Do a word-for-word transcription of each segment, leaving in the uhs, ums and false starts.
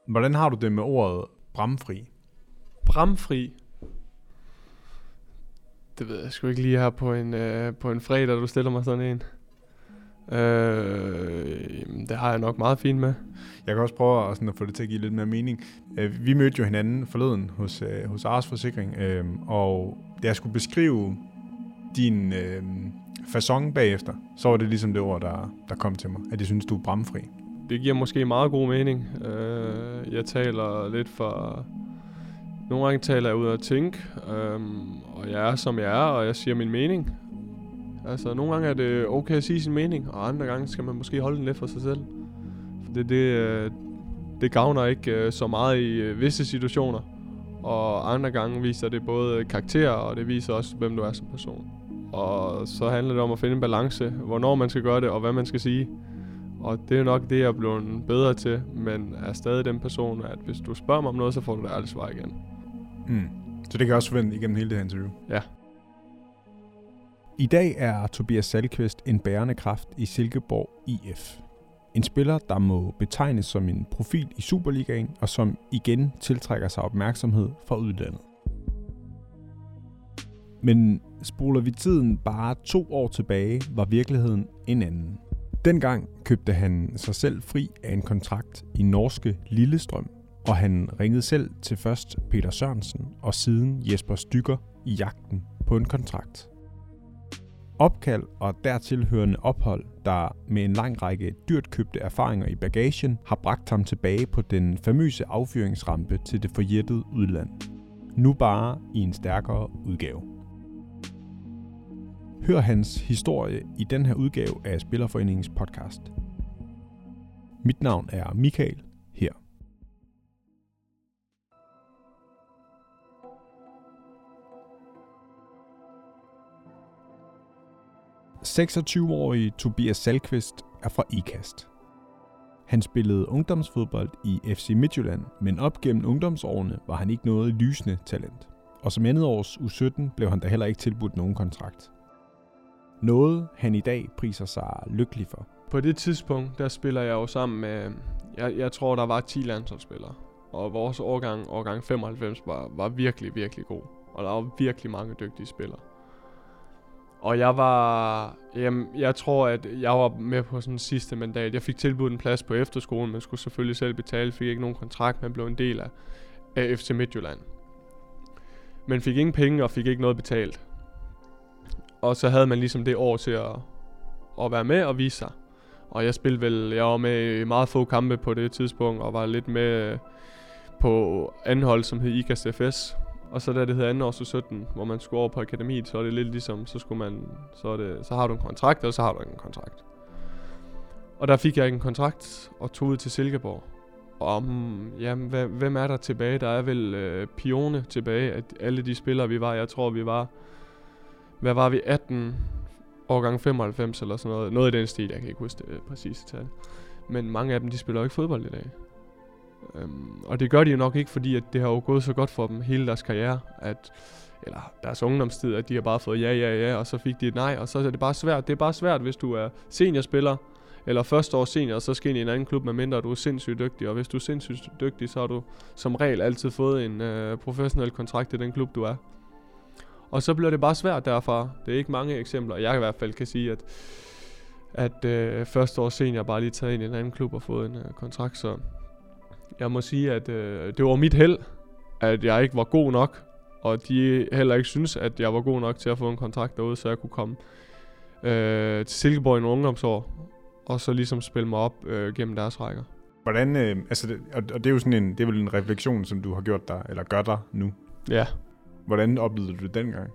Hvordan har du det med ordet bramfri? Bramfri? Det ved jeg sgu ikke lige her på en, øh, på en fredag, du stiller mig sådan en. Øh, det har jeg nok meget fint med. Jeg kan også prøve at, sådan, at få det til at give lidt mere mening. Øh, vi mødte jo hinanden forleden hos, øh, hos Ars Forsikring, øh, og da jeg skulle beskrive din øh, facon bagefter, så var det ligesom det ord, der, der kom til mig, at jeg synes, du er bramfri. Det giver måske meget god mening. Øh, jeg taler lidt for... Nogle gange taler jeg ud af at tænke, øh, og jeg er som jeg er, og jeg siger min mening. Altså, nogle gange er det okay at sige sin mening, og andre gange skal man måske holde den lidt for sig selv. For det, det, det gavner ikke så meget i visse situationer, og andre gange viser det både karakter, og det viser også, hvem du er som person. Og så handler det om at finde en balance, hvornår man skal gøre det, og hvad man skal sige. Og det er nok det, jeg er blevet bedre til, men er stadig den person, at hvis du spørger mig om noget, så får du det ærligt svar igen. Mm. Så det kan også forvente igennem hele det her interview? Ja. I dag er Tobias Salkvist en bærende kraft i Silkeborg I F. En spiller, der må betegnes som en profil i Superligaen, og som igen tiltrækker sig opmærksomhed fra udlandet. Men spoler vi tiden bare to år tilbage, var virkeligheden en anden. Dengang købte han sig selv fri af en kontrakt i norske Lillestrøm, og han ringede selv til først Peter Sørensen og siden Jesper Stygger i jagten på en kontrakt. Opkald og dertilhørende ophold, der med en lang række dyrt købte erfaringer i bagagen, har bragt ham tilbage på den famøse affyringsrampe til det forjættede udland. Nu bare i en stærkere udgave. Hør hans historie i den her udgave af Spillerforeningens podcast. Mit navn er Michael her. seksogtyve-årige Tobias Salkvist er fra Ikast. Han spillede ungdomsfodbold i F C Midtjylland, men op gennem ungdomsårene var han ikke noget lysende talent. Og som andet års U sytten blev han da heller ikke tilbudt nogen kontrakt. Noget han i dag priser sig lykkelig for. På det tidspunkt, der spiller jeg jo sammen med, jeg, jeg tror der var ti landsholdsspillere. Og vores årgang, årgang femoghalvfems, var, var virkelig, virkelig god. Og der var virkelig mange dygtige spillere. Og jeg var, jamen, jeg tror, at jeg var med på sådan sidste mandat. Jeg fik tilbudt en plads på efterskolen, men skulle selvfølgelig selv betale. Fik ikke nogen kontrakt, men blev en del af, af F C Midtjylland. Men fik ingen penge og fik ikke noget betalt. Og så havde man ligesom det år til at, at være med og vise sig. Og jeg spillede vel, jeg var med i meget få kampe på det tidspunkt, og var lidt med på anden hold, som hed Ikast F S. Og så da det hed anden års U sytten, hvor man skulle over på akademiet, så er det lidt ligesom, så skulle man, så, er det, så har du en kontrakt, og så har du ikke en kontrakt. Og der fik jeg ikke en kontrakt, og tog ud til Silkeborg. Og um, jamen, hvad, hvem er der tilbage? Der er vel øh, Pione tilbage, at alle de spillere, vi var, jeg tror, vi var, hvad var vi, atten, årgang femoghalvfems eller sådan noget. Noget i den stil, jeg kan ikke huske det præcise tal. Men mange af dem, de spiller jo ikke fodbold i dag. Um, og det gør de jo nok ikke, fordi at det har jo gået så godt for dem hele deres karriere, at, eller deres ungdomstid, at de har bare fået ja, ja, ja, og så fik de et nej, og så er det bare svært. Det er bare svært, hvis du er seniorspiller, eller første år senior, og så skal ind i en anden klub, medmindre du er sindssygt dygtig, og hvis du er sindssygt dygtig, så har du som regel altid fået en øh, professionel kontrakt i den klub, du er. Og så bliver det bare svært derfra. Det er ikke mange eksempler, jeg i hvert fald kan sige, at, at øh, første år senior bare lige taget ind i en anden klub og fået en øh, kontrakt, så jeg må sige, at øh, det var mit held, at jeg ikke var god nok, og de heller ikke synes, at jeg var god nok til at få en kontrakt derude, så jeg kunne komme øh, til Silkeborg i nogle ungdomsår, og så ligesom spille mig op øh, gennem deres rækker. Hvordan, øh, altså det, og, og det er jo sådan en, det er vel en refleksion, som du har gjort dig, eller gør dig nu. Ja. Hvordan oplevede du det dengang?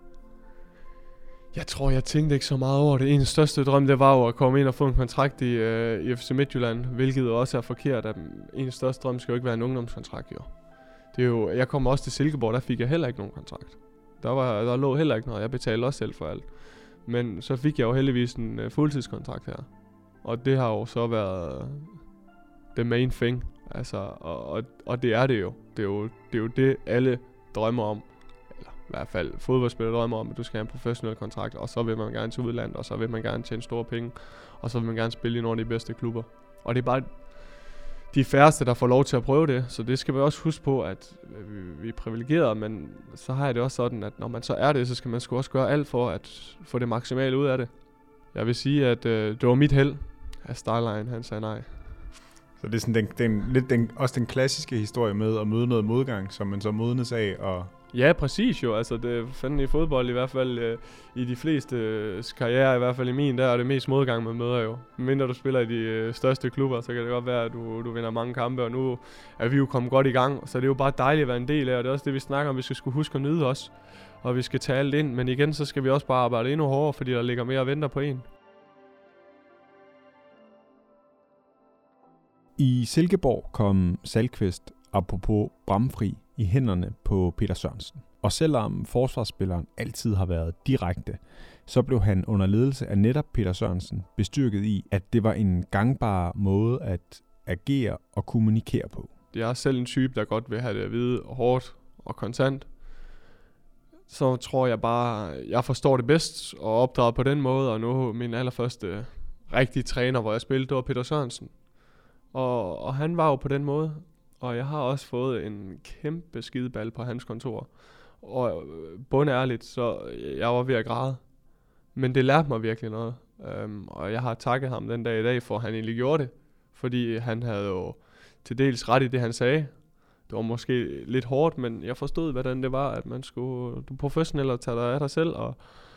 Jeg tror, jeg tænkte ikke så meget over det. En største drøm, det var jo at komme ind og få en kontrakt i, øh, i F C Midtjylland, hvilket også er forkert. At en største drøm skal jo ikke være en ungdomskontrakt, jo. Det er jo. Jeg kom også til Silkeborg, der fik jeg heller ikke nogen kontrakt. Der, var, der lå heller ikke noget, jeg betalte også selv for alt. Men så fik jeg jo heldigvis en uh, fuldtidskontrakt her. Og det har jo så været uh, the main thing. Altså, og, og, og det er det jo. Det er jo det, er jo det alle drømmer om. Eller i hvert fald fodboldspillere drømmer om, at du skal have en professionel kontrakt. Og så vil man gerne til udlandet, og så vil man gerne tjene store penge. Og så vil man gerne spille i nogle af de bedste klubber. Og det er bare... de færreste, der får lov til at prøve det. Så det skal vi også huske på, at vi, vi er privilegerede, men så har jeg det også sådan, at når man så er det, så skal man sgu også gøre alt for at få det maksimale ud af det. Jeg vil sige, at øh, det var mit held, at Starline han sagde nej. Så det er sådan den, den, lidt den, også den klassiske historie med at møde noget modgang, som man så modnes af og... Ja, præcis jo. Altså, det fanden i fodbold i hvert fald, øh, i de fleste øh, karriere, i hvert fald i min, der er det mest modgang, man møder jo. Mindre du spiller i de øh, største klubber, så kan det godt være, at du, du vinder mange kampe, og nu er vi jo kommet godt i gang. Så det er jo bare dejligt at være en del af, og det er også det, vi snakker om. Vi skal skulle huske at nyde os, og vi skal tage alt ind. Men igen, så skal vi også bare arbejde endnu hårdere, fordi der ligger mere og venter på en. I Silkeborg kom Salkvist, apropos bramfri, i hænderne på Peter Sørensen. Og selvom forsvarsspilleren altid har været direkte, så blev han under ledelse af netop Peter Sørensen bestyrket i, at det var en gangbar måde at agere og kommunikere på. Jeg er selv en type, der godt vil have det at vide hårdt og kontant. Så tror jeg bare, jeg forstår det bedst og opdraget på den måde, og nu min allerførste rigtige træner, hvor jeg spillede, det var Peter Sørensen. Og, og han var jo på den måde, og jeg har også fået en kæmpe skideball på hans kontor. Og bundærligt, så jeg var ved at græde. Men det lærte mig virkelig noget. Um, og jeg har takket ham den dag i dag, for at han egentlig gjorde det. Fordi han havde jo til dels ret i det, han sagde. Det var måske lidt hårdt, men jeg forstod, hvordan det var, at man skulle, du er professionel og tage dig af dig selv, og,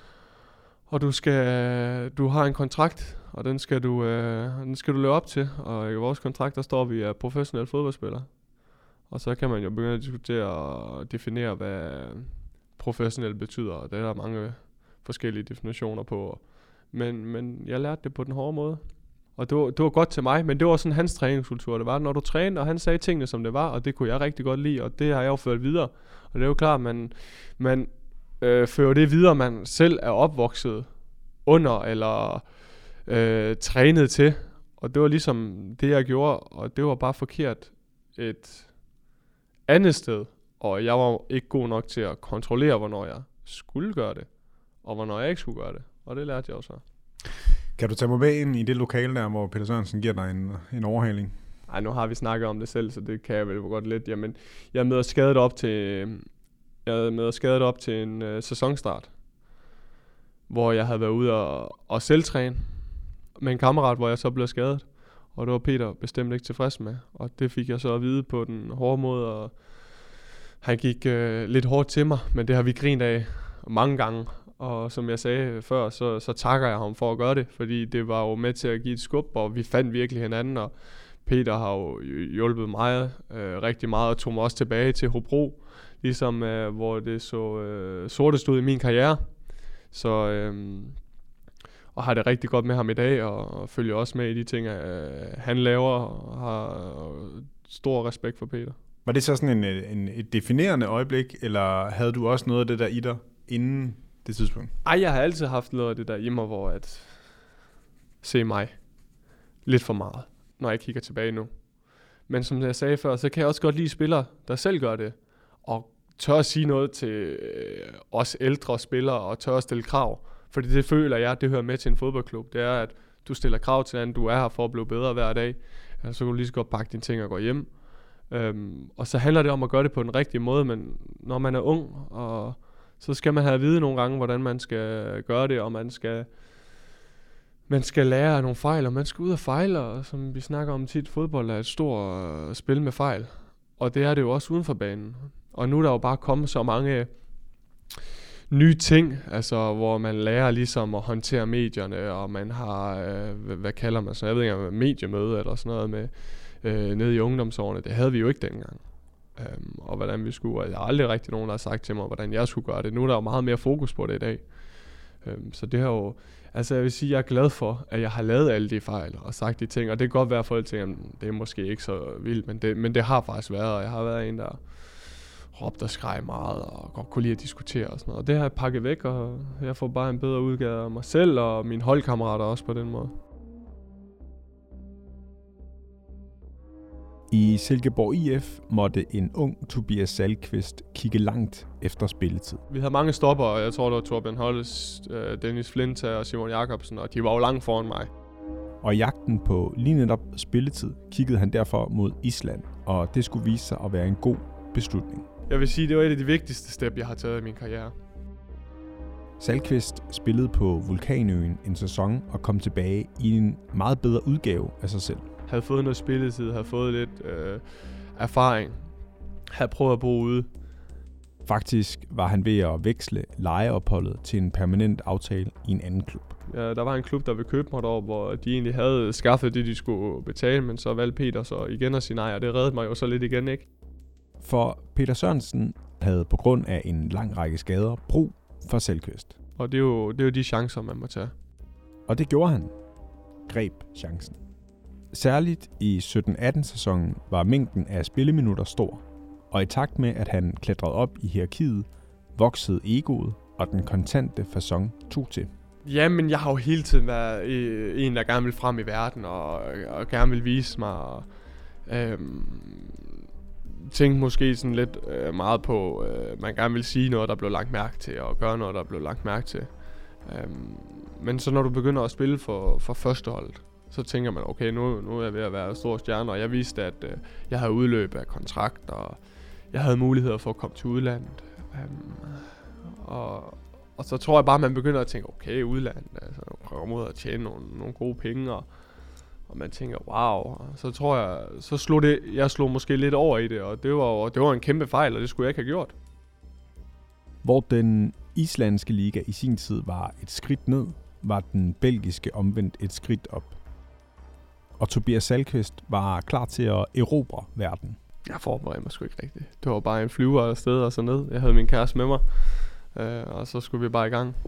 og du skal, du har en kontrakt, og den skal du, øh, den skal du leve op til. Og i vores kontrakt, der står vi er professionelle fodboldspillere. Og så kan man jo begynde at diskutere og definere, hvad professionel betyder, og det er der mange forskellige definitioner på. Men, men jeg lærte det på den hårde måde. Og det var, det var godt til mig, men det var sådan hans træningskultur. Det var, når du trænede, og han sagde tingene, som det var, og det kunne jeg rigtig godt lide, og det har jeg jo ført videre. Og det er jo klart, at man, man øh, fører det videre, man selv er opvokset under, eller øh, trænet til. Og det var ligesom det, jeg gjorde, og det var bare forkert et andet sted. Og jeg var ikke god nok til at kontrollere, hvornår jeg skulle gøre det, og hvornår jeg ikke skulle gøre det. Og det lærte jeg også. Kan du tage mig med ind i det lokale der, hvor Peter Sørensen giver dig en, en overhaling? Ej, nu har vi snakket om det selv, så det kan jeg vel godt lidt. Jamen, jeg møder skadet op til, jeg møder skadet op til en øh, sæsonstart, hvor jeg havde været ude og, og selvtræne med en kammerat, hvor jeg så blev skadet. Og det var Peter bestemt ikke tilfreds med. Og det fik jeg så at vide på den hårde måde, og han gik øh, lidt hårdt til mig, men det har vi grint af mange gange. Og som jeg sagde før, så, så takker jeg ham for at gøre det, fordi det var jo med til at give et skub, og vi fandt virkelig hinanden, og Peter har jo hjulpet mig øh, rigtig meget, og tog mig også tilbage til Hobro, ligesom øh, hvor det så øh, sortest ud i min karriere. Så, øh, og har det rigtig godt med ham i dag, og følger også med i de ting, øh, han laver, og har stor respekt for Peter. Var det så sådan en, en, et definerende øjeblik, eller havde du også noget af det der i dig inden det tidspunkt? Ej, jeg har altid haft noget af det der i mig, hvor at se mig lidt for meget, når jeg kigger tilbage nu. Men som jeg sagde før, så kan jeg også godt lide spillere, der selv gør det, og tør at sige noget til øh, os ældre spillere, og tør at stille krav. Fordi det føler jeg, det hører med til en fodboldklub. Det er, at du stiller krav til den, du er her for at blive bedre hver dag. Så kan du lige så godt pakke dine ting og gå hjem. Øhm, og så handler det om at gøre det på den rigtige måde, men når man er ung, og så skal man have at vide nogle gange, hvordan man skal gøre det, og man skal, man skal lære af nogle fejl, og man skal ud og fejle, og som vi snakker om tit, fodbold er et stort uh, spil med fejl. Og det er det jo også uden for banen. Og nu er der jo bare kommet så mange nye ting, altså hvor man lærer ligesom at håndtere medierne, og man har, øh, hvad, hvad kalder man så, jeg ved ikke, mediemøde eller sådan noget med, øh, nede i ungdomsårene. Det havde vi jo ikke dengang. Um, og hvordan vi skulle, jeg har aldrig rigtig nogen, der har sagt til mig, hvordan jeg skulle gøre det. Nu er der jo meget mere fokus på det i dag. Um, så det har jo, altså jeg vil sige, jeg er glad for, at jeg har lavet alle de fejl og sagt de ting, og det kan godt være, at folk tænker, det er måske ikke så vildt, men det, men det har faktisk været, og jeg har været en, der råbte og skreg meget, og godt kunne lide at diskutere og sådan noget. Og det har jeg pakket væk, og jeg får bare en bedre udgave af mig selv, og mine holdkammerater også på den måde. I Silkeborg I F måtte en ung Tobias Salkvist kigge langt efter spilletid. Vi havde mange stopper, og jeg tror, det var Torben Holles, Dennis Flinta og Simon Jakobsen, og de var jo langt foran mig. Og i jagten på lige netop spilletid kiggede han derfor mod Island, og det skulle vise sig at være en god beslutning. Jeg vil sige, det var et af de vigtigste step, jeg har taget i min karriere. Salkvist spillede på Vulkanøen en sæson og kom tilbage i en meget bedre udgave af sig selv. Havde fået noget spilletid, havde fået lidt øh, erfaring, havde prøvet at bo ude. Faktisk var han ved at veksle lejeopholdet til en permanent aftale i en anden klub. Ja, der var en klub, der ville købe mig deroppe, hvor de egentlig havde skaffet det, de skulle betale, men så valgte Peter så igen at sige nej, og det reddede mig jo så lidt igen, ikke? For Peter Sørensen havde på grund af en lang række skader brug for Salkvist. Og det er, jo, det er jo de chancer, man må tage. Og det gjorde han. Greb chancen. Særligt i sytten atten sæsonen var mængden af spilleminutter stor, og i takt med, at han klatrede op i hierarkiet, voksede egoet, og den kontante facon tog til. Jamen, jeg har jo hele tiden været øh, en, der gerne vil frem i verden, og, og gerne vil vise mig, og øh, tænke måske sådan lidt øh, meget på, øh, man gerne vil sige noget, der blev lagt mærke til, og gøre noget, der blev lagt mærke til. Øh, men så når du begynder at spille for, for førsteholdet, så tænker man, okay, nu, nu er jeg ved at være stor stjerne, og jeg vidste, at øh, jeg havde udløb af kontrakt, og jeg havde muligheder for at komme til udlandet. Um, og, og så tror jeg bare, at man begynder at tænke, okay, udlandet, altså, komme ud og tjene nogle, nogle gode penge, og, og man tænker, wow. Og så tror jeg, så slog det, jeg slog måske lidt over i det, og det var, det var en kæmpe fejl, og det skulle jeg ikke have gjort. Hvor den islandske liga i sin tid var et skridt ned, var den belgiske omvendt et skridt op. Og Tobias Salkvist var klar til at erobre verden. Jeg forberedte mig sgu ikke rigtigt. Det var bare en flyver afsted og så ned. Jeg havde min kæreste med mig, øh, og så skulle vi bare i gang.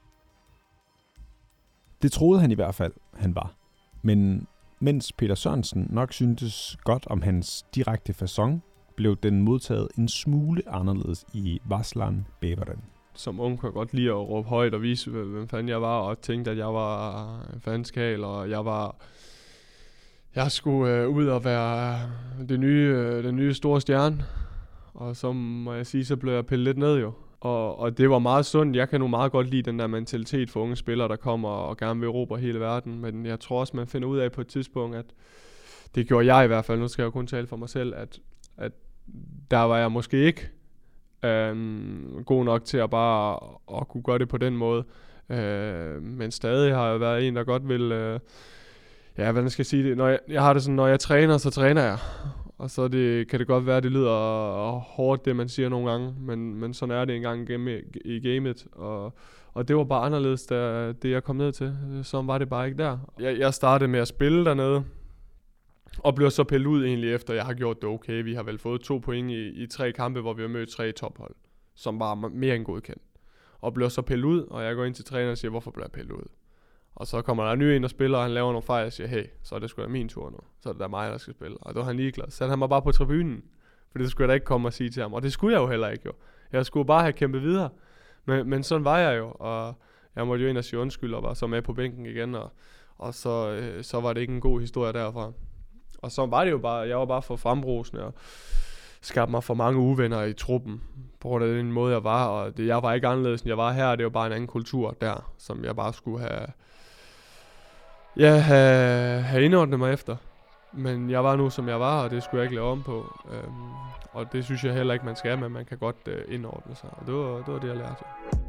Det troede han i hvert fald, han var. Men mens Peter Sørensen nok syntes godt om hans direkte facon, blev den modtaget en smule anderledes i Varslan Beveren. Som ung kunne jeg godt lide at råbe højt og vise, hvem fanden jeg var, og tænkte, at jeg var en fanskal, og jeg var... Jeg skulle øh, ud og være det nye, øh, den nye store stjerne, og så må jeg sige, så blev jeg pillet lidt ned jo. Og, og det var meget sundt. Jeg kan nu meget godt lide den der mentalitet for unge spillere, der kommer og gerne vil erobre hele verden. Men jeg tror også, man finder ud af på et tidspunkt, at det gjorde jeg i hvert fald, nu skal jeg kun tale for mig selv, at, at der var jeg måske ikke øh, god nok til at bare at kunne gøre det på den måde. Øh, men stadig har jeg været en, der godt vil... Øh, Ja, hvordan skal jeg sige det? Når jeg, jeg har det sådan, når jeg træner, så træner jeg. Og så det, kan det godt være, at det lyder hårdt, det man siger nogle gange. Men, men sådan er det engang i, i gamet. Og, og det var bare anderledes, da, det jeg kom ned til. Sådan var det bare ikke der. Jeg, jeg startede med at spille dernede. Og blev så pillet ud egentlig efter, jeg har gjort det okay. Vi har vel fået to point i, i tre kampe, hvor vi har mødt tre tophold. Som var mere end godkendt. Og blev så pillet ud, og jeg går ind til træner og siger, hvorfor blev jeg pillet ud? Og så kommer der en ny ind og spiller, og han laver nogle fejl, og siger, hey, så er det sgu da min tur nu. Så er det da mig, der skal spille. Og det var han ligeglad. Så satte han mig bare på tribunen. For det skulle jeg da ikke komme og sige til ham. Og det skulle jeg jo heller ikke jo. Jeg skulle bare have kæmpet videre. Men, men sådan var jeg jo. Og jeg måtte jo ind og sige undskyld, og var så med på bænken igen. Og, og så, øh, så var det ikke en god historie derfra. Og så var det jo bare, jeg var bare for frembrusende, og skabte mig for mange uvenner i truppen. På grund af den måde, jeg var. Og det, jeg var ikke anderledes, end jeg var her. Det var bare en anden kultur der, som jeg bare skulle have... Ja, have, have indordnet mig efter. Men jeg var nu, som jeg var, og det skulle jeg ikke lave om på. Øhm, og det synes jeg heller ikke, man skal, men man kan godt øh, indordne sig. Og det var, det var det, jeg lærte.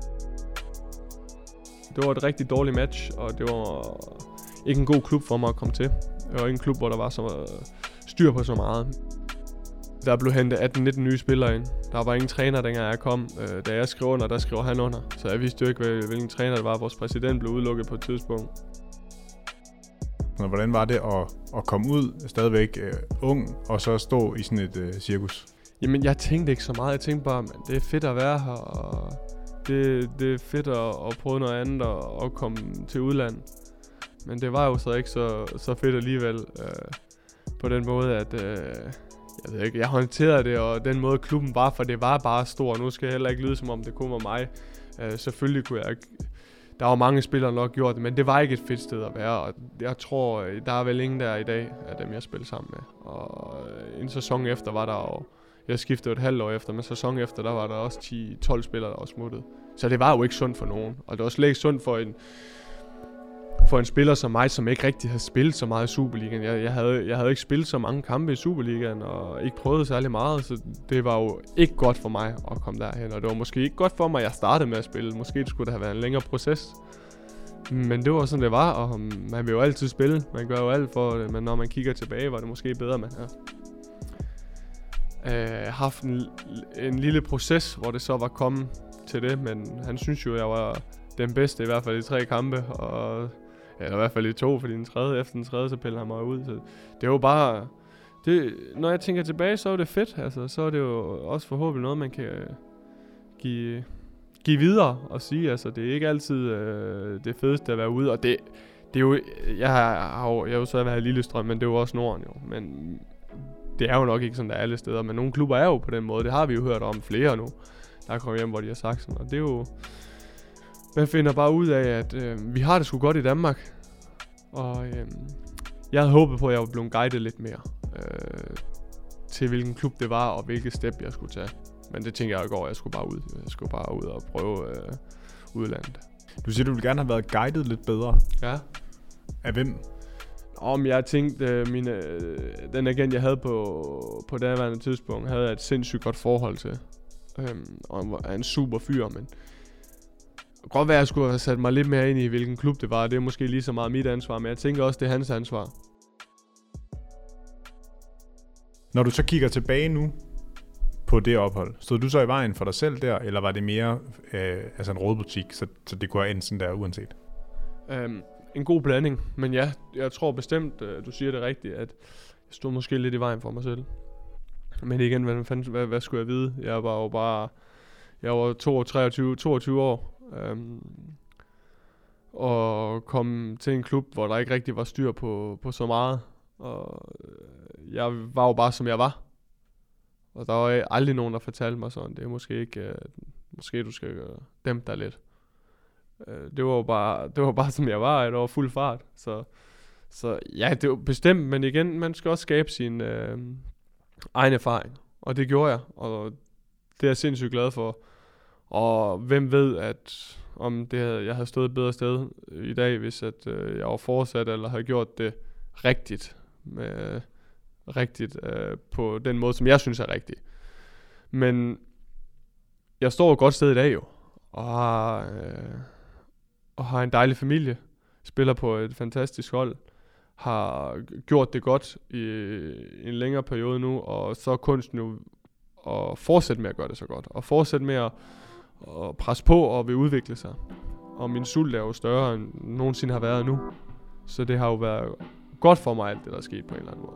Det var et rigtig dårligt match, og det var ikke en god klub for mig at komme til. Det var ikke en klub, hvor der var så øh, styr på så meget. Der blev hentet atten nitten nye spillere ind. Der var ingen træner, dengang jeg kom. Øh, da jeg skrev under, der skrev han under. Så jeg vidste jo ikke, hvilken træner det var. Vores præsident blev udelukket på et tidspunkt. Hvordan var det at, at komme ud, stadigvæk øh, ung, og så stå i sådan et øh, cirkus? Jamen, jeg tænkte ikke så meget. Jeg tænkte bare, det er fedt at være her, og det, det er fedt at, at prøve noget andet og at komme til udlandet. Men det var jo så ikke så, så fedt alligevel, øh, på den måde, at øh, jeg ved ikke, jeg håndterede det, og den måde klubben var, for det var bare stor. Nu skal jeg heller ikke lyde, som om det kun var mig. Øh, selvfølgelig kunne jeg ikke... Der var mange spillere, der nok gjort det, men det var ikke et fedt sted at være, og jeg tror, der er vel ingen der i dag af dem, jeg spiller sammen med. Og en sæson efter var der jo, jeg skiftede et halvt år efter, men sæson efter, der var der også ti tolv spillere, der var smuttet. Så det var jo ikke sundt for nogen, og det var slet ikke sundt for en, for en spiller som mig, som ikke rigtig har spillet så meget i Superligaen. Jeg, jeg, havde, jeg havde ikke spillet så mange kampe i Superligaen, og ikke prøvet særlig meget, så det var jo ikke godt for mig at komme derhen. Og det var måske ikke godt for mig, at jeg startede med at spille. Måske det skulle det have været en længere proces. Men det var sådan, det var, og man vil jo altid spille. Man gør jo alt for det, men når man kigger tilbage, var det måske bedre, man havde øh, haft en, en lille proces, hvor det så var kommet til det. Men han synes jo, jeg var den bedste, i hvert fald i tre kampe, og eller i hvert fald i to, fordi den tredje, efter den tredje, så piller han mig ud. Så det er jo bare, det, når jeg tænker tilbage, så er det fedt, altså, så er det jo også forhåbentlig noget, man kan give, give videre og sige, altså, det er ikke altid øh, det fedeste at være ude, og det, det er jo, jeg har jo, jeg har jo så været i Lillestrøm, men det er jo også Norden jo, men det er jo nok ikke sådan, der er alle steder, men nogle klubber er jo på den måde, det har vi jo hørt om flere nu, der er kommet hjem, hvor de har sagt sådan, og det er jo, man finder bare ud af, at øh, vi har det sgu godt i Danmark. Og øh, jeg havde håbet på, at jeg var blevet guidet lidt mere øh, til hvilken klub det var, og hvilke step jeg skulle tage. Men det tænker jeg i går, jeg skulle bare ud. Jeg skulle bare ud og prøve øh, udlandet. Du siger, du ville gerne have været guidet lidt bedre. Ja. Af hvem? Om jeg tænkte, øh, mine, øh, den agent, jeg havde på, på daværende tidspunkt, havde jeg et sindssygt godt forhold til. Øhm, og han var en super fyr, men det kan godt være, at jeg skulle have sat mig lidt mere ind i, hvilken klub det var. Det er måske lige så meget mit ansvar, men jeg tænker også, det er hans ansvar. Når du så kigger tilbage nu på det ophold, stod du så i vejen for dig selv der, eller var det mere øh, altså en rådbutik, så, så det kunne have endt sådan der uanset? Øhm, en god blanding, men ja, jeg tror bestemt, øh, du siger det rigtigt, at jeg stod måske lidt i vejen for mig selv. Men igen, hvad, hvad, hvad, hvad skulle jeg vide? Jeg var jo bare, jeg var toogtyve, toogtyve år. Um, og kom til en klub, hvor der ikke rigtig var styr på, på så meget. Og jeg var jo bare, som jeg var. Og der var aldrig nogen, der fortalte mig sådan. Det er måske ikke, uh, måske du skal uh, dæmpe dig lidt. Uh, det var jo bare, det var bare, som jeg var. Det var fuld fart. Så, så ja, det var bestemt. Men igen, man skal også skabe sin uh, egen erfaring. Og det gjorde jeg. Og det er jeg sindssygt glad for. Og hvem ved, at om det havde, jeg havde stået et bedre sted i dag, hvis at, øh, jeg var fortsat, eller havde gjort det rigtigt, med, rigtigt øh, på den måde, som jeg synes er rigtig. Men jeg står et godt sted i dag jo, og har, øh, og har en dejlig familie, spiller på et fantastisk hold, har gjort det godt i en længere periode nu, og så er kunsten nu at fortsætte med at gøre det så godt, og fortsætte med at og presse på og vil udvikle sig. Og min sult er jo større end nogensinde har været nu. Så det har jo været godt for mig, alt det der er sket på en eller anden måde.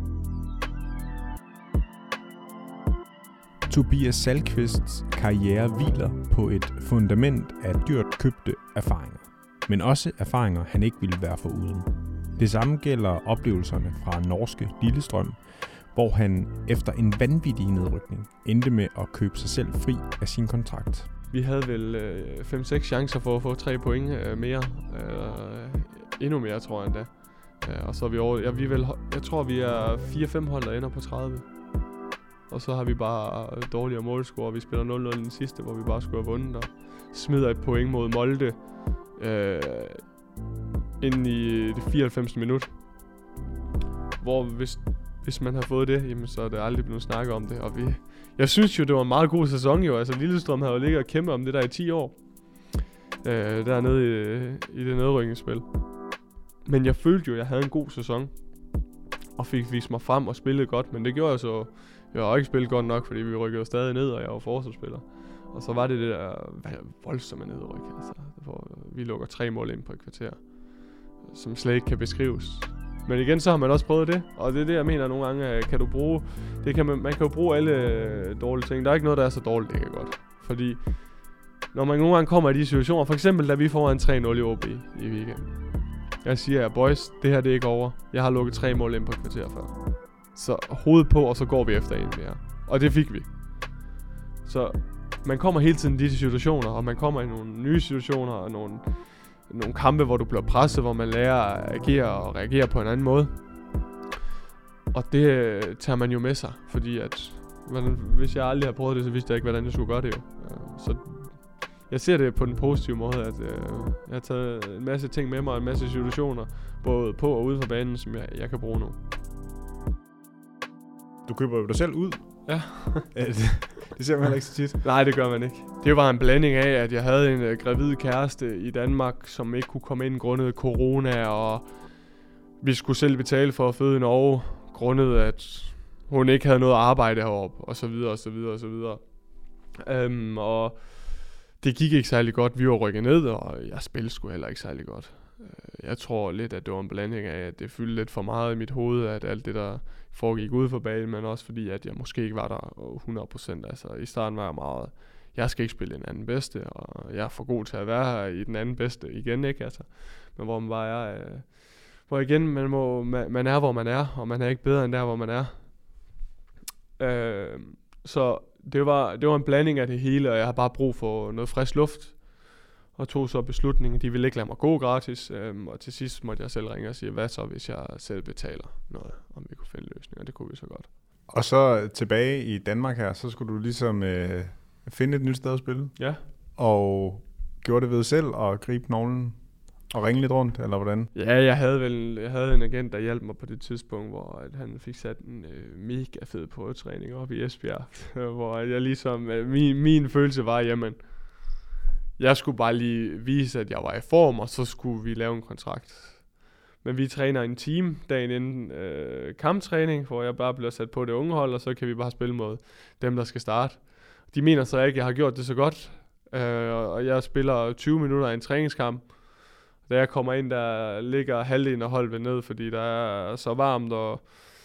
Tobias Salkvists karriere hviler på et fundament af dyrt købte erfaringer. Men også erfaringer, han ikke ville være foruden. Det samme gælder oplevelserne fra norske Lillestrøm, hvor han efter en vanvittig nedrykning endte med at købe sig selv fri af sin kontrakt. Vi havde vel øh, fem seks chancer for at få tre point øh, mere. Øh, endnu mere, tror jeg endda. Øh, og så er vi over... Ja, vi vel, jeg tror, vi er fire fem hold, der ender på tredive. Og så har vi bare dårligere målscore. Vi spiller nul nul i den sidste, hvor vi bare skulle have vundet. Og smider et point mod Molde øh, inden i det fireoghalvfemte minut. Hvor hvis... Hvis man har fået det, jamen, så er det aldrig blevet snakket om det. Og vi, jeg synes jo, det var en meget god sæson jo. Altså Lillestrøm havde jo ligget og kæmpe om det der i ti år. Øh, dernede i, i det nedrykningsspil. Men jeg følte jo, at jeg havde en god sæson. Og fik vist mig frem og spillede godt. Men det gjorde jeg så. Jeg har ikke spillet godt nok, fordi vi rykkede stadig ned, og jeg var forsvarsspiller. Og så var det det der voldsomme nedryk. Altså, hvor vi lukker tre mål ind på et kvarter. Som slet ikke kan beskrives. Men igen, så har man også prøvet det, og det er det, jeg mener nogle gange, kan du bruge, det kan man, man kan jo bruge alle dårlige ting. Der er ikke noget, der er så dårligt, det kan godt. Fordi, når man nogle gange kommer i de situationer, for eksempel da vi får en tre nul i O B i weekenden. Jeg siger, boys, det her det er ikke over. Jeg har lukket tre mål ind på et kvarter før. Så hovedet på, og så går vi efter en mere. Og det fik vi. Så man kommer hele tiden i de situationer, og man kommer i nogle nye situationer, og nogle... nogle kampe, hvor du bliver presset, hvor man lærer at agere og reagere på en anden måde. Og det tager man jo med sig, fordi at man, hvis jeg aldrig har prøvet det, så vidste jeg ikke, hvordan jeg skulle gøre det jo. Så jeg ser det på den positive måde, at øh, jeg har taget en masse ting med mig, og en masse situationer, både på og ude for banen, som jeg, jeg kan bruge nu. Du køber jo dig selv ud. Ja. Det ser man heller ikke så tit. Nej, det gør man ikke. Det var en blanding af, at jeg havde en øh, gravid kæreste i Danmark, som ikke kunne komme ind grundet corona, og vi skulle selv betale for at føde i Norge, grundet at hun ikke havde noget arbejde heroppe, og så videre, og så videre, og så videre. Um, og det gik ikke særlig godt. Vi var rykket ned, og jeg spillede sgu heller ikke særlig godt. Jeg tror lidt, at det var en blanding af, at det fyldte lidt for meget i mit hoved, at alt det, der foregik ude for banen, men også fordi, at jeg måske ikke var der hundrede procent. Altså, i starten var jeg meget, jeg skal ikke spille den anden bedste, og jeg er for god til at være her i den anden bedste igen, ikke? Altså, men hvor man bare er, øh, hvor igen, man, må, man, man er, hvor man er, og man er ikke bedre end der, hvor man er. Øh, så det var, det var en blanding af det hele, og jeg har bare brug for noget frisk luft. Og tog så beslutningen, de ville ikke lade mig gå gratis, øhm, og til sidst måtte jeg selv ringe og sige, hvad så hvis jeg selv betaler noget, om vi kunne finde løsninger, det kunne vi så godt. Og så tilbage i Danmark her, så skulle du ligesom øh, finde et nyt sted at spille? Ja. Og gjorde det ved selv at gribe knoglen og ringe lidt rundt, eller hvordan? Ja, jeg havde vel jeg havde en agent, der hjalp mig på det tidspunkt, hvor at han fik sat en øh, mega fed prøvetræning op i Esbjerg, hvor jeg ligesom, øh, min, min følelse var, jamen, jeg skulle bare lige vise, at jeg var i form, og så skulle vi lave en kontrakt. Men vi træner en team dagen inden øh, kamptræning, hvor jeg bare bliver sat på det unge hold, og så kan vi bare spille mod dem, der skal starte. De mener så ikke, at jeg har gjort det så godt, øh, og jeg spiller tyve minutter i en træningskamp. Da jeg kommer ind, der ligger halvdelen af holdet ned, fordi der er så varmt og,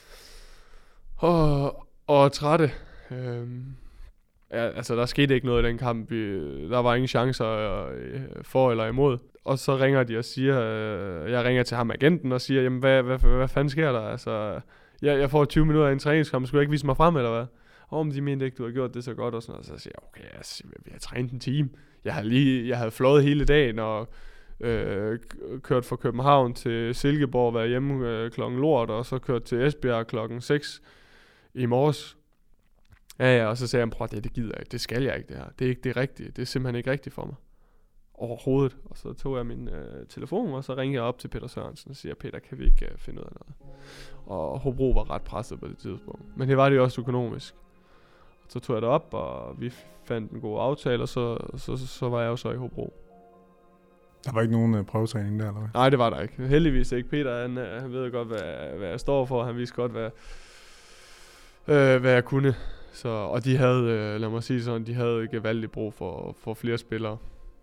og, og trætte. Øh, Ja, altså der skete ikke noget i den kamp. Vi, der var ingen chancer øh, for eller imod. Og så ringer de og siger, øh, jeg ringer til ham agenten og siger, jamen hvad, hvad, hvad, hvad fanden sker der? Altså, jeg, jeg får tyve minutter i en træningskamp, skulle jeg ikke vise mig frem eller hvad? Og om de mente ikke, du har gjort det så godt og sådan noget. Så siger jeg, okay, altså, vi har trænet en time. Jeg havde lige, jeg havde fløjet hele dagen og øh, kørt fra København til Silkeborg, været hjemme øh, klokken lort, og så kørt til Esbjerg klokken seks i morges. Ja, ja, og så sagde jeg, prøv det, det gider jeg ikke, det skal jeg ikke det her, det er ikke det rigtige, det er simpelthen ikke rigtigt for mig, overhovedet. Og så tog jeg min øh, telefon, og så ringede jeg op til Peter Sørensen og siger, Peter, kan vi ikke øh, finde ud af noget? Og Hobro var ret presset på det tidspunkt, men det var det jo også økonomisk. Så tog jeg det op, og vi fandt en god aftale, og så, så, så, så var jeg jo så i Hobro. Der var ikke nogen øh, prøvetræning der, eller hvad? Nej, det var der ikke. Heldigvis ikke. Peter, han, han ved godt, hvad, hvad jeg står for, han vidste godt, hvad, øh, hvad jeg kunne. Så, og de havde, øh, lad mig sige sådan, de havde gevaldigt brug for, for flere spillere.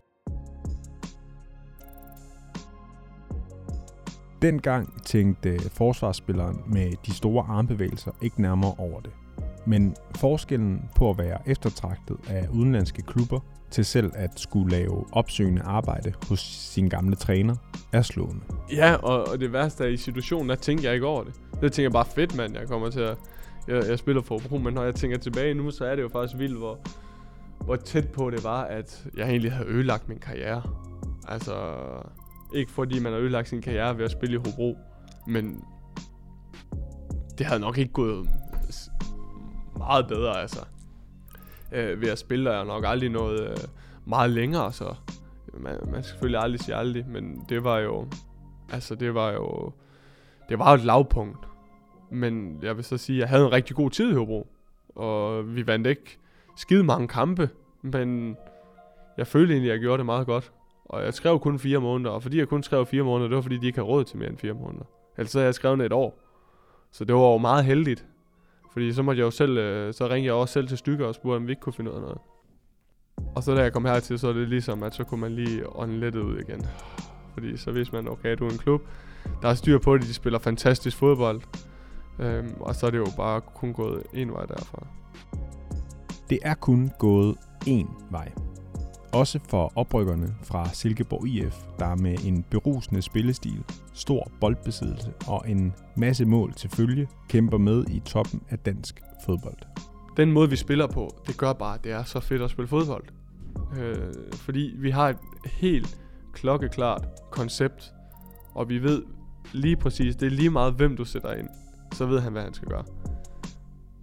Dengang tænkte forsvarsspilleren med de store armbevægelser ikke nærmere over det. Men forskellen på at være eftertragtet af udenlandske klubber til selv at skulle lave opsøgende arbejde hos sin gamle træner er slående. Ja, og, og det værste er i situationen, der tænker jeg ikke over det. Det tænker jeg bare, fedt mand, jeg kommer til at Jeg, jeg spiller for Hobro, men når jeg tænker tilbage nu, så er det jo faktisk vildt, hvor, hvor tæt på det var, at jeg egentlig havde ødelagt min karriere. Altså, ikke fordi man har ødelagt sin karriere ved at spille i Hobro, men det havde nok ikke gået meget bedre, altså. Øh, ved at spille er jeg nok aldrig noget øh, meget længere, så man, man skal selvfølgelig aldrig sige aldrig, men det var jo, altså det var jo, det var jo et lavpunkt. Men jeg vil så sige, at jeg havde en rigtig god tid i Hobro, og vi vandt ikke skide mange kampe, men jeg følte egentlig, at jeg gjorde det meget godt. Og jeg skrev kun fire måneder, og fordi jeg kun skrev fire måneder, det var fordi, de ikke havde råd til mere end fire måneder. Ellers så havde jeg skrevet et år. Så det var jo meget heldigt, fordi så måtte jeg jo selv, så ringede jeg også selv til Stykker og spurgte, om vi ikke kunne finde ud af noget. Og så da jeg kom hertil, så er det ligesom, at så kunne man lige ånde lettet ud igen. Fordi så vidste man, okay, du er en klub, der er styr på det, de spiller fantastisk fodbold. Øhm, og så er det jo bare kun gået en vej derfra. Det er kun gået én vej. Også for oprykkerne fra Silkeborg I F, der med en berusende spillestil, stor boldbesiddelse og en masse mål til følge, kæmper med i toppen af dansk fodbold. Den måde vi spiller på, det gør bare, at det er så fedt at spille fodbold. Øh, fordi vi har et helt klokkeklart koncept, og vi ved lige præcis, det er lige meget hvem du sætter ind, så ved han hvad han skal gøre.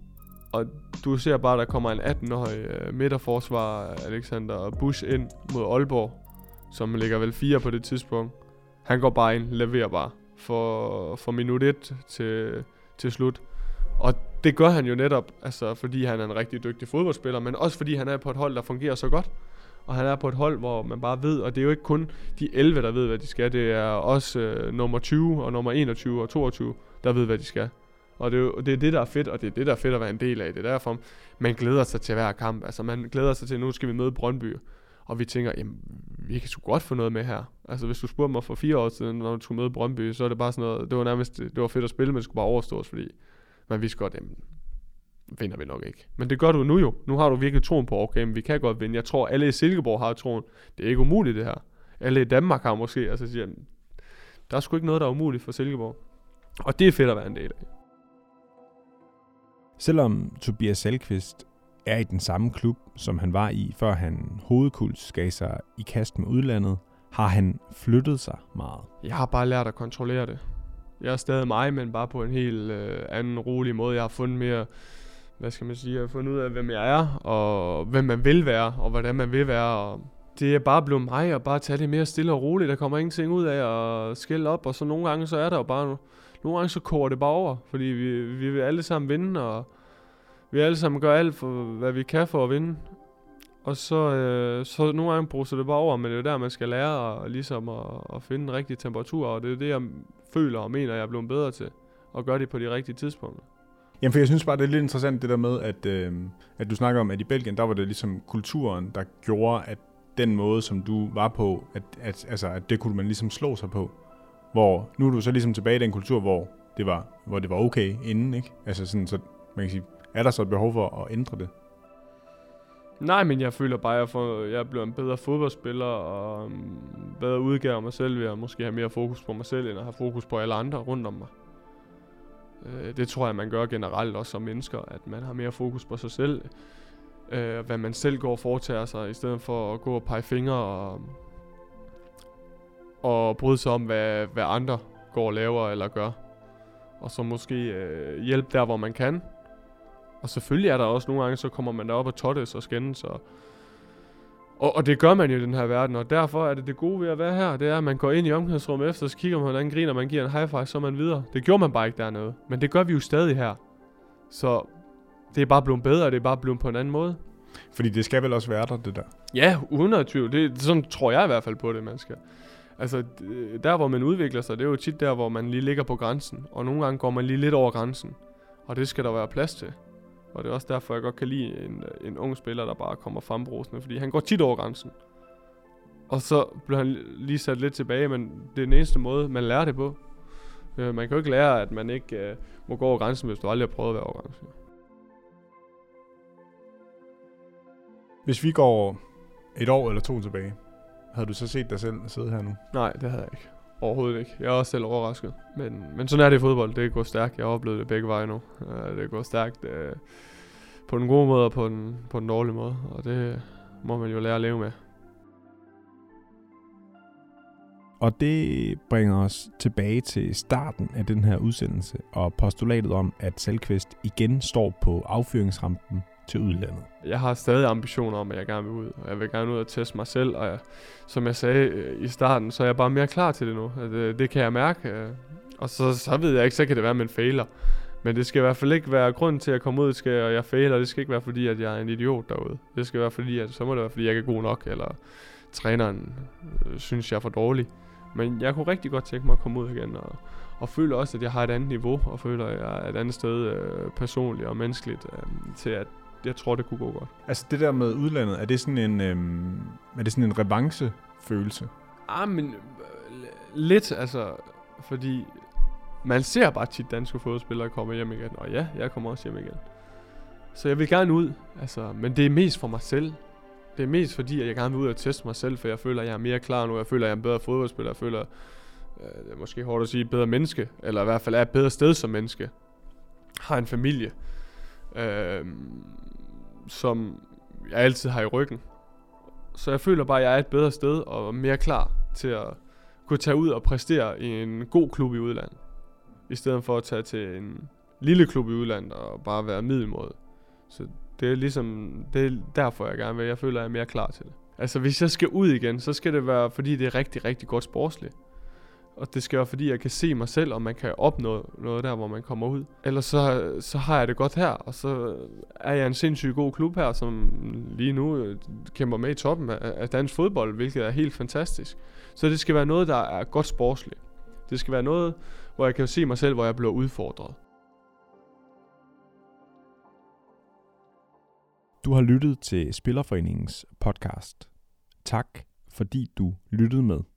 Og du ser bare, der kommer en atten-årig uh, midterforsvar, Alexander Busch, ind mod Aalborg, som ligger vel fire på det tidspunkt. Han går bare ind, leverer bare for, for minut et til, til slut. Og det gør han jo netop, altså fordi han er en rigtig dygtig fodboldspiller, men også fordi han er på et hold, der fungerer så godt. Og han er på et hold, hvor man bare ved, og det er jo ikke kun de elleve, der ved, hvad de skal. Det er også øh, nummer tyve og nummer enogtyve og toogtyve, der ved, hvad de skal. Og det er, jo, det er det, der er fedt, og det er det, der er fedt at være en del af. Det er derfor, man glæder sig til hver kamp. Altså man glæder sig til, nu skal vi møde Brøndby. Og vi tænker, jamen, vi kan sgu godt få noget med her. Altså hvis du spurgte mig for fire år siden, når du skulle møde Brøndby, så er det bare sådan noget, det var nærmest, det var fedt at spille, men det skulle bare overstås, fordi man vidste godt, jamen, vinder vi nok ikke. Men det gør du nu jo. Nu har du virkelig troen på, okay, men vi kan godt vinde. Jeg tror, alle i Silkeborg har troen. Det er ikke umuligt, det her. Alle i Danmark har måske, altså siger, der er sgu ikke noget, der er umuligt for Silkeborg. Og det er fedt at være en del af. Selvom Tobias Salkvist er i den samme klub, som han var i, før han hovedkuls gav sig i kast med udlandet, har han flyttet sig meget. Jeg har bare lært at kontrollere det. Jeg er stadig mig, men bare på en helt øh, anden, rolig måde. Jeg har fundet mere, hvad skal man sige, jeg har fundet ud af, hvem jeg er, og hvem man vil være, og hvordan man vil være. Og det er bare blevet mig, og bare tage det mere stille og roligt. Der kommer ingenting ud af at skælde op, og så nogle gange, så er der jo bare, nogle gange så koger det bare over, fordi vi, vi vil alle sammen vinde, og vi alle sammen gør alt for, hvad vi kan for at vinde. Og så, øh, så nogle gange bruger det bare over, men det er jo der, man skal lære og, ligesom at, at finde den rigtige temperatur, og det er det, jeg føler og mener, jeg er blevet bedre til, at gøre det på de rigtige tidspunkter. Jamen, for jeg synes bare, det er lidt interessant det der med, at, øh, at du snakker om, at i Belgien, der var det ligesom kulturen, der gjorde, at den måde, som du var på, at, at, altså, at det kunne man ligesom slå sig på. Hvor nu er du så ligesom tilbage i den kultur, hvor det var, hvor det var okay inden, ikke? Altså sådan, så man kan sige, er der så et behov for at ændre det? Nej, men jeg føler bare, at jeg, får, jeg bliver en bedre fodboldspiller og um, bedre udgave af mig selv ved at måske have mere fokus på mig selv, end at have fokus på alle andre rundt om mig. Uh, det tror jeg, man gør generelt også som mennesker, at man har mere fokus på sig selv, uh, hvad man selv går og foretager sig, i stedet for at gå og pege fingre og, og bryde sig om, hvad, hvad andre går og laver eller gør. Og så måske uh, hjælpe der, hvor man kan. Og selvfølgelig er der også nogle gange, så kommer man derop og tottes og skændes. Og, og, og det gør man jo i den her verden. Og derfor er det det gode ved at være her. Det er, at man går ind i omklædningsrummet efter, så kigger man, hvordan griner, man giver en high five, så er man videre. Det gjorde man bare ikke dernede. Men det gør vi jo stadig her. Så det er bare blevet bedre, og det er bare blevet på en anden måde. Fordi det skal vel også være der, det der? Ja, uden tvivl. Det, sådan tror jeg i hvert fald på det, man skal. Altså, der hvor man udvikler sig, det er jo tit der, hvor man lige ligger på grænsen. Og nogle gange går man lige lidt over grænsen. Og det skal der være plads til. Og det er også derfor, jeg godt kan lide en, en ung spiller, der bare kommer frembrusende. Fordi han går tit over grænsen. Og så bliver han lige sat lidt tilbage, men det er den eneste måde, man lærer det på. Øh, man kan jo ikke lære, at man ikke øh, må gå over grænsen, hvis du aldrig har prøvet at være over grænsen. Hvis vi går et år eller to tilbage, havde du så set dig selv sidde her nu? Nej, det havde jeg ikke. Overhovedet ikke. Jeg er også selv overrasket. Men, men sådan er det i fodbold. Det går stærkt. Jeg har oplevet det begge veje nu. Uh, det går stærkt uh, på den gode måde og på den, på den dårlige måde. Og det må man jo lære at leve med. Og det bringer os tilbage til starten af den her udsendelse og postulatet om, at Salkvist igen står på affyringsrampen til udlandet. Jeg har stadig ambitioner om, at jeg gerne vil ud. Og jeg vil gerne ud og teste mig selv. Og jeg, som jeg sagde øh, i starten, så er jeg bare mere klar til det nu. At, øh, det kan jeg mærke. Øh, og så, så ved jeg ikke, så kan det være, at man fejler. Men det skal i hvert fald ikke være grund til at komme ud, skal, og jeg fejler. Det skal ikke være, fordi at jeg er en idiot derude. Det skal være, fordi at, så må det være, fordi jeg ikke er god nok. Eller træneren øh, synes, jeg er for dårlig. Men jeg kunne rigtig godt tænke mig at komme ud igen. Og, og føler også, at jeg har et andet niveau. Og føler, at jeg er et andet sted øh, personligt og menneskeligt øh, til at jeg tror, det kunne gå godt. Altså det der med udlandet, er det sådan en, øhm, er det sådan en revanchefølelse? Ah, men øh, lidt, altså, fordi man ser bare tit danske fodboldspillere komme hjem igen, og ja, jeg kommer også hjem igen. Så jeg vil gerne ud, altså, men det er mest for mig selv. Det er mest fordi, at jeg gerne vil ud og teste mig selv, for jeg føler, at jeg er mere klar nu. Jeg føler, at jeg er en bedre fodboldspiller. Jeg føler, øh, det er måske hårdt at sige, bedre menneske, eller i hvert fald er et bedre sted som menneske. Har en familie. Øh, som jeg altid har i ryggen. Så jeg føler bare, at jeg er et bedre sted og mere klar til at kunne tage ud og præstere i en god klub i udlandet. I stedet for at tage til en lille klub i udlandet og bare være middelmåde. Så det er ligesom, det er derfor jeg gerne vil. Jeg føler, at jeg er mere klar til det. Altså hvis jeg skal ud igen, så skal det være, fordi det er rigtig, rigtig godt sportsligt. Og det skal være, fordi jeg kan se mig selv, og man kan opnå noget der, hvor man kommer ud. Ellers så, så har jeg det godt her, og så er jeg en sindssygt god klub her, som lige nu kæmper med i toppen af, af dansk fodbold, hvilket er helt fantastisk. Så det skal være noget, der er godt sportsligt. Det skal være noget, hvor jeg kan se mig selv, hvor jeg bliver udfordret. Du har lyttet til Spillerforeningens podcast. Tak, fordi du lyttede med.